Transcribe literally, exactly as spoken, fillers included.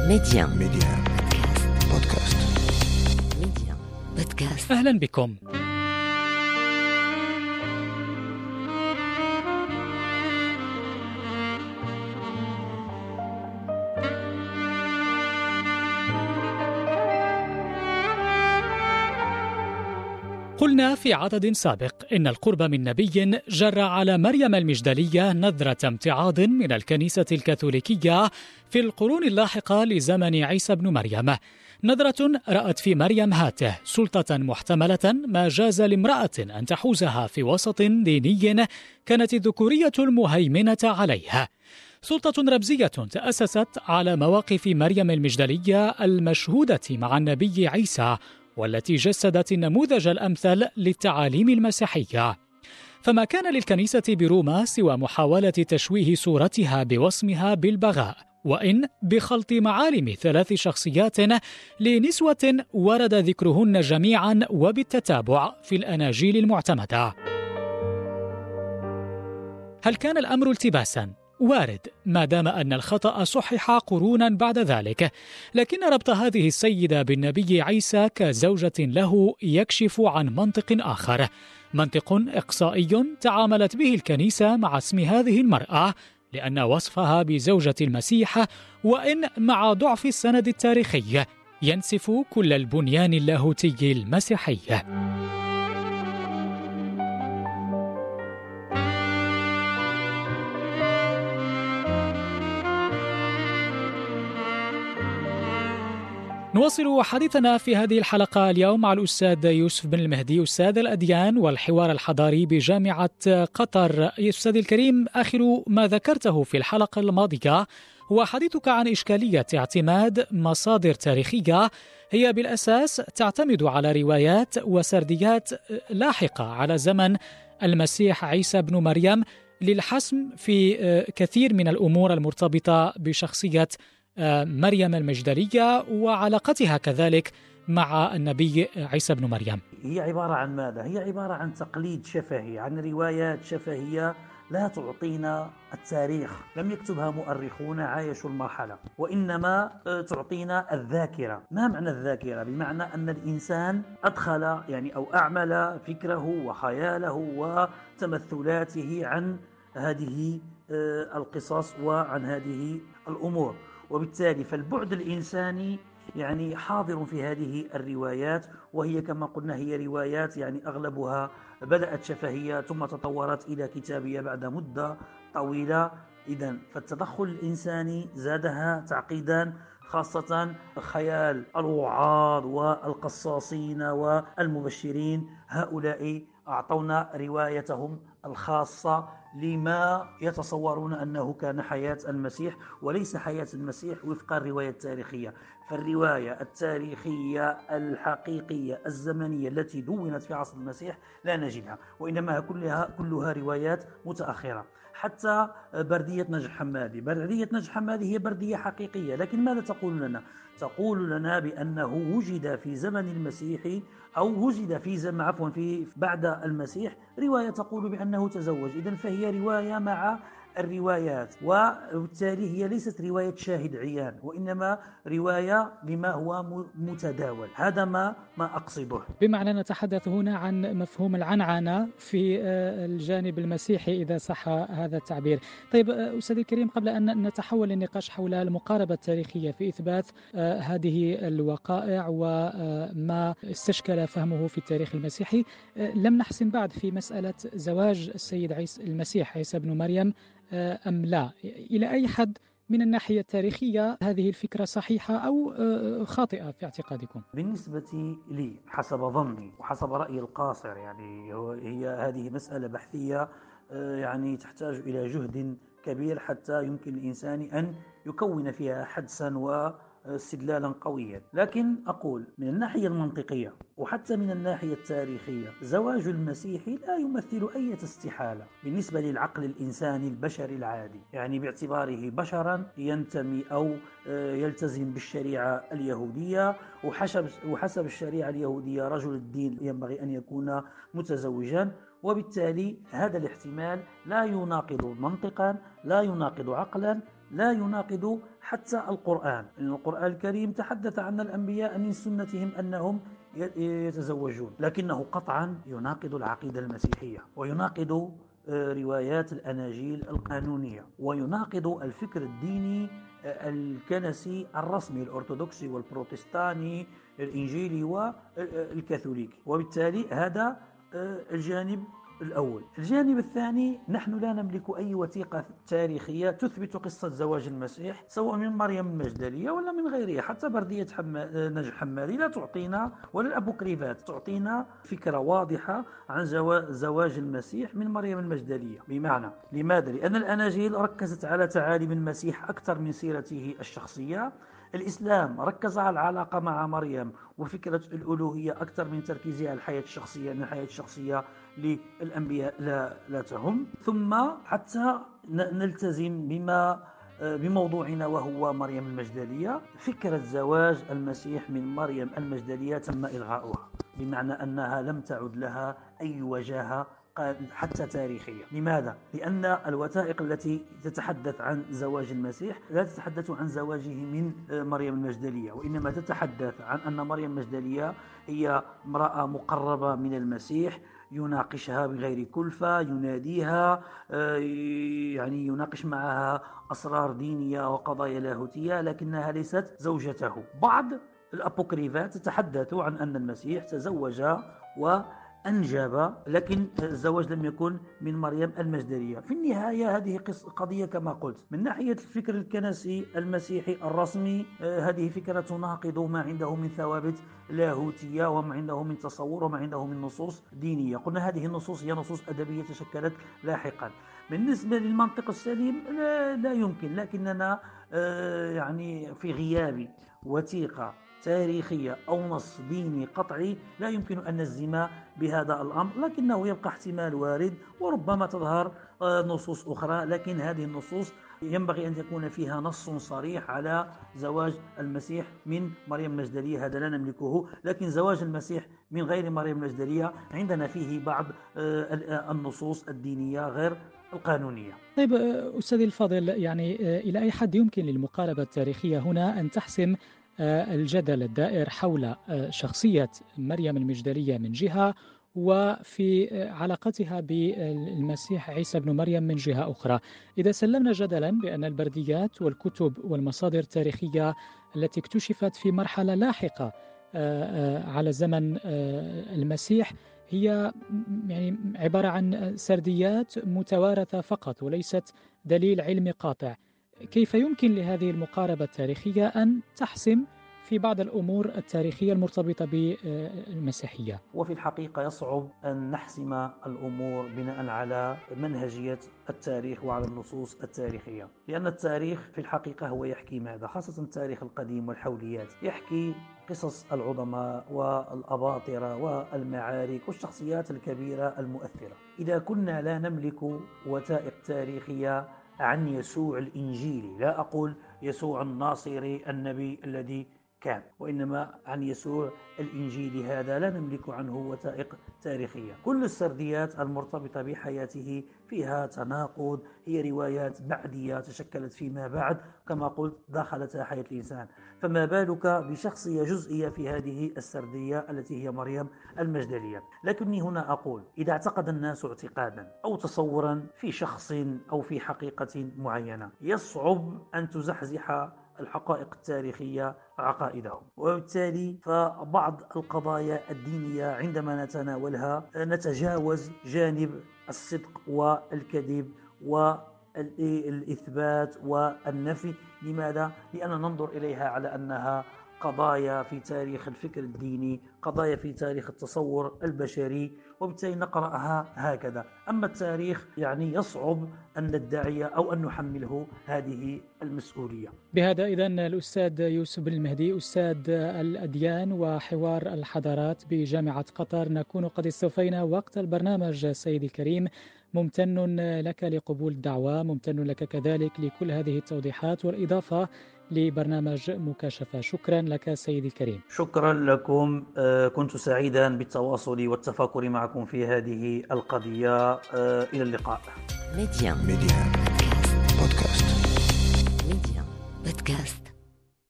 ميديان ميديان بودكاست. ميديان بودكاست. أهلا بكم. قلنا في عدد سابق إن القرب من نبي جرى على مريم المجدلية نذرة امتعاض من الكنيسة الكاثوليكية في القرون اللاحقة لزمن عيسى بن مريم، نذرة رأت في مريم هاته سلطة محتملة ما جاز لامرأة أن تحوزها في وسط ديني كانت الذكورية المهيمنة عليها، سلطة رمزية تأسست على مواقف مريم المجدلية المشهودة مع النبي عيسى، والتي جسدت النموذج الأمثل للتعاليم المسيحية. فما كان للكنيسة بروما سوى محاولة تشويه صورتها بوصمها بالبغاء، وإن بخلط معالم ثلاث شخصيات لنسوة ورد ذكرهن جميعا وبالتتابع في الأناجيل المعتمدة. هل كان الأمر التباسا؟ وارد، ما دام أن الخطأ صحح قرونا بعد ذلك، لكن ربط هذه السيدة بالنبي عيسى كزوجة له يكشف عن منطق آخر، منطق إقصائي تعاملت به الكنيسة مع اسم هذه المرأة، لأن وصفها بزوجة المسيح وإن مع ضعف السند التاريخي ينسف كل البنيان اللاهوتي المسيحي. نواصل حديثنا في هذه الحلقة اليوم مع الأستاذ يوسف بن المهدي، أستاذ الأديان والحوار الحضاري بجامعة قطر. أستاذ الكريم، آخر ما ذكرته في الحلقة الماضية هو حديثك عن إشكالية اعتماد مصادر تاريخية هي بالأساس تعتمد على روايات وسرديات لاحقة على زمن المسيح عيسى بن مريم للحسم في كثير من الأمور المرتبطة بشخصية مريم المجدلية وعلاقتها كذلك مع النبي عيسى بن مريم. هي عبارة عن ماذا؟ هي عبارة عن تقليد شفهي، عن روايات شفهية لا تعطينا التاريخ، لم يكتبها مؤرخون عايشوا المرحلة، وإنما تعطينا الذاكرة. ما معنى الذاكرة؟ بمعنى أن الإنسان أدخل يعني أو أعمل فكره وخياله وتمثلاته عن هذه القصص وعن هذه الأمور، وبالتالي فالبعد الإنساني يعني حاضر في هذه الروايات، وهي كما قلنا هي روايات يعني أغلبها بدأت شفهية ثم تطورت إلى كتابية بعد مدة طويلة. إذن فالتدخل الإنساني زادها تعقيدا، خاصة خيال الوعاظ والقصاصين والمبشرين، هؤلاء أعطونا روايتهم الخاصة لما يتصورون أنه كان حياة المسيح، وليس حياة المسيح وفق الرواية التاريخية. فالرواية التاريخية الحقيقية الزمنية التي دونت في عصر المسيح لا نجدها، وإنما كلها كلها روايات متأخرة. حتى بردية نجح حمادي، بردية نجح حمادي هي بردية حقيقية، لكن ماذا تقول لنا؟ تقول لنا بأنه وجد في زمن المسيح أو وجد في زمن عفوا في بعد المسيح رواية تقول بأنه تزوج. إذن فهي رواية مع الروايات، وبالتالي هي ليست رواية شاهد عيان، وإنما رواية بما هو متداول. هذا ما ما أقصده. بمعنى نتحدث هنا عن مفهوم العنعنة في الجانب المسيحي إذا صح هذا التعبير. طيب أستاذ الكريم، قبل أن نتحول للنقاش حول المقاربة التاريخية في إثبات هذه الوقائع وما استشكل فهمه في التاريخ المسيحي، لم نحسن بعد في مسألة زواج السيد عيسى المسيح عيسى بن مريم أم لا. إلى أي حد من الناحية التاريخية هذه الفكرة صحيحة أو خاطئة في اعتقادكم؟ بالنسبة لي حسب ظني وحسب رأيي القاصر، يعني هي هذه مسألة بحثية يعني تحتاج إلى جهد كبير حتى يمكن الإنسان أن يكون فيها حدسا واستدلالا قويا. لكن أقول من الناحية المنطقية وحتى من الناحية التاريخية زواج المسيح لا يمثل أي استحالة بالنسبة للعقل الإنساني البشري العادي، يعني باعتباره بشرا ينتمي أو يلتزم بالشريعة اليهودية، وحسب وحسب الشريعة اليهودية رجل الدين ينبغي أن يكون متزوجا، وبالتالي هذا الاحتمال لا يناقض منطقا لا يناقض عقلا، لا يناقض حتى القرآن، لأن القرآن الكريم تحدث عن الأنبياء من سنتهم أنهم يتزوجون، لكنه قطعا يناقض العقيدة المسيحية ويناقض روايات الأناجيل القانونية ويناقض الفكر الديني الكنسي الرسمي الأرثوذكسي والبروتستاني الإنجيلي والكاثوليكي. وبالتالي هذا الجانب الأول. الجانب الثاني، نحن لا نملك أي وثيقة تاريخية تثبت قصة زواج المسيح سواء من مريم المجدلية ولا من غيرها. حتى بردية حما... نجم حمادي لا تعطينا، ولا الأبوكريفات تعطينا فكرة واضحة عن زوا... زواج المسيح من مريم المجدلية. بمعنى لماذا؟ لأن الأناجيل ركزت على تعاليم المسيح أكثر من سيرته الشخصية. الإسلام ركز على العلاقة مع مريم وفكرة الألوهية أكثر من تركيزها على الحياة الشخصية، لأن الحياة الشخصية للأنبياء لا, لا تهم. ثم حتى نلتزم بما بموضوعنا وهو مريم المجدلية، فكرة زواج المسيح من مريم المجدلية تم إلغاؤها، بمعنى أنها لم تعد لها أي وجاهة حتى تاريخية. لماذا؟ لأن الوثائق التي تتحدث عن زواج المسيح لا تتحدث عن زواجه من مريم المجدلية، وإنما تتحدث عن أن مريم المجدلية هي امرأة مقربة من المسيح، يناقشها بغير كلفة، يناديها، يعني يناقش معها أسرار دينية وقضايا لاهوتية، لكنها ليست زوجته. بعض الأبوكريفات تتحدث عن أن المسيح تزوج و أنجب، لكن الزواج لم يكن من مريم المجدلية. في النهاية هذه قضية كما قلت من ناحية الفكر الكنسي المسيحي الرسمي، هذه فكرة تناقض ما عنده من ثوابت لاهوتية وما عنده من تصور وما عنده من نصوص دينية. قلنا هذه النصوص هي نصوص أدبية تشكلت لاحقا. بالنسبة للمنطق السليم لا, لا يمكن، لكننا يعني في غياب وثيقة تاريخية أو نص ديني قطعي لا يمكن أن نجزم بهذا الأمر، لكنه يبقى احتمال وارد، وربما تظهر نصوص أخرى. لكن هذه النصوص ينبغي أن تكون فيها نص صريح على زواج المسيح من مريم المجدلية، هذا لا نملكه. لكن زواج المسيح من غير مريم المجدلية عندنا فيه بعض النصوص الدينية غير القانونية. طيب أستاذي الفاضل، يعني إلى أي حد يمكن للمقاربة التاريخية هنا أن تحسم الجدل الدائر حول شخصية مريم المجدلية من جهة، وفي علاقتها بالمسيح عيسى بن مريم من جهة أخرى؟ إذا سلمنا جدلا بأن البرديات والكتب والمصادر التاريخية التي اكتشفت في مرحلة لاحقة على زمن المسيح هي يعني عبارة عن سرديات متوارثة فقط وليست دليل علمي قاطع، كيف يمكن لهذه المقاربة التاريخية أن تحسم في بعض الأمور التاريخية المرتبطة بالمسيحية؟ وفي الحقيقة يصعب أن نحسم الأمور بناء على منهجية التاريخ وعلى النصوص التاريخية، لأن التاريخ في الحقيقة هو يحكي ماذا؟ خاصة التاريخ القديم والحوليات، يحكي قصص العظماء والأباطرة والمعارك والشخصيات الكبيرة المؤثرة. إذا كنا لا نملك وثائق تاريخية عن يسوع الإنجيلي، لا أقول يسوع الناصري النبي الذي كان، وإنما عن يسوع الإنجيلي، هذا لا نملك عنه وثائق تاريخية. كل السرديات المرتبطة بحياته فيها تناقض، هي روايات بعدية تشكلت فيما بعد كما قلت داخلتها حياة الإنسان، فما بالك بشخصية جزئية في هذه السردية التي هي مريم المجدلية. لكني هنا أقول إذا اعتقد الناس اعتقادا أو تصورا في شخص أو في حقيقة معينة، يصعب أن تزحزح الحقائق التاريخية عقائدهم، وبالتالي فبعض القضايا الدينية عندما نتناولها نتجاوز جانب الصدق والكذب والإثبات والنفي. لماذا؟ لأن ننظر إليها على أنها قضايا في تاريخ الفكر الديني، قضايا في تاريخ التصور البشري، وبالتالي نقرأها هكذا. أما التاريخ يعني يصعب أن ندعي أو أن نحمله هذه المسؤولية. بهذا إذن الأستاذ يوسف بن المهدي، أستاذ الأديان وحوار الحضارات بجامعة قطر، نكون قد استوفينا وقت البرنامج سيدي الكريم. ممتن لك لقبول الدعوة، ممتن لك كذلك لكل هذه التوضيحات والإضافة لبرنامج مكاشفة. شكرا لك سيدي الكريم. شكرا لكم، كنت سعيدا بالتواصل والتفاكر معكم في هذه القضية. إلى اللقاء. ميديان ميديان بودكاست. بودكاست.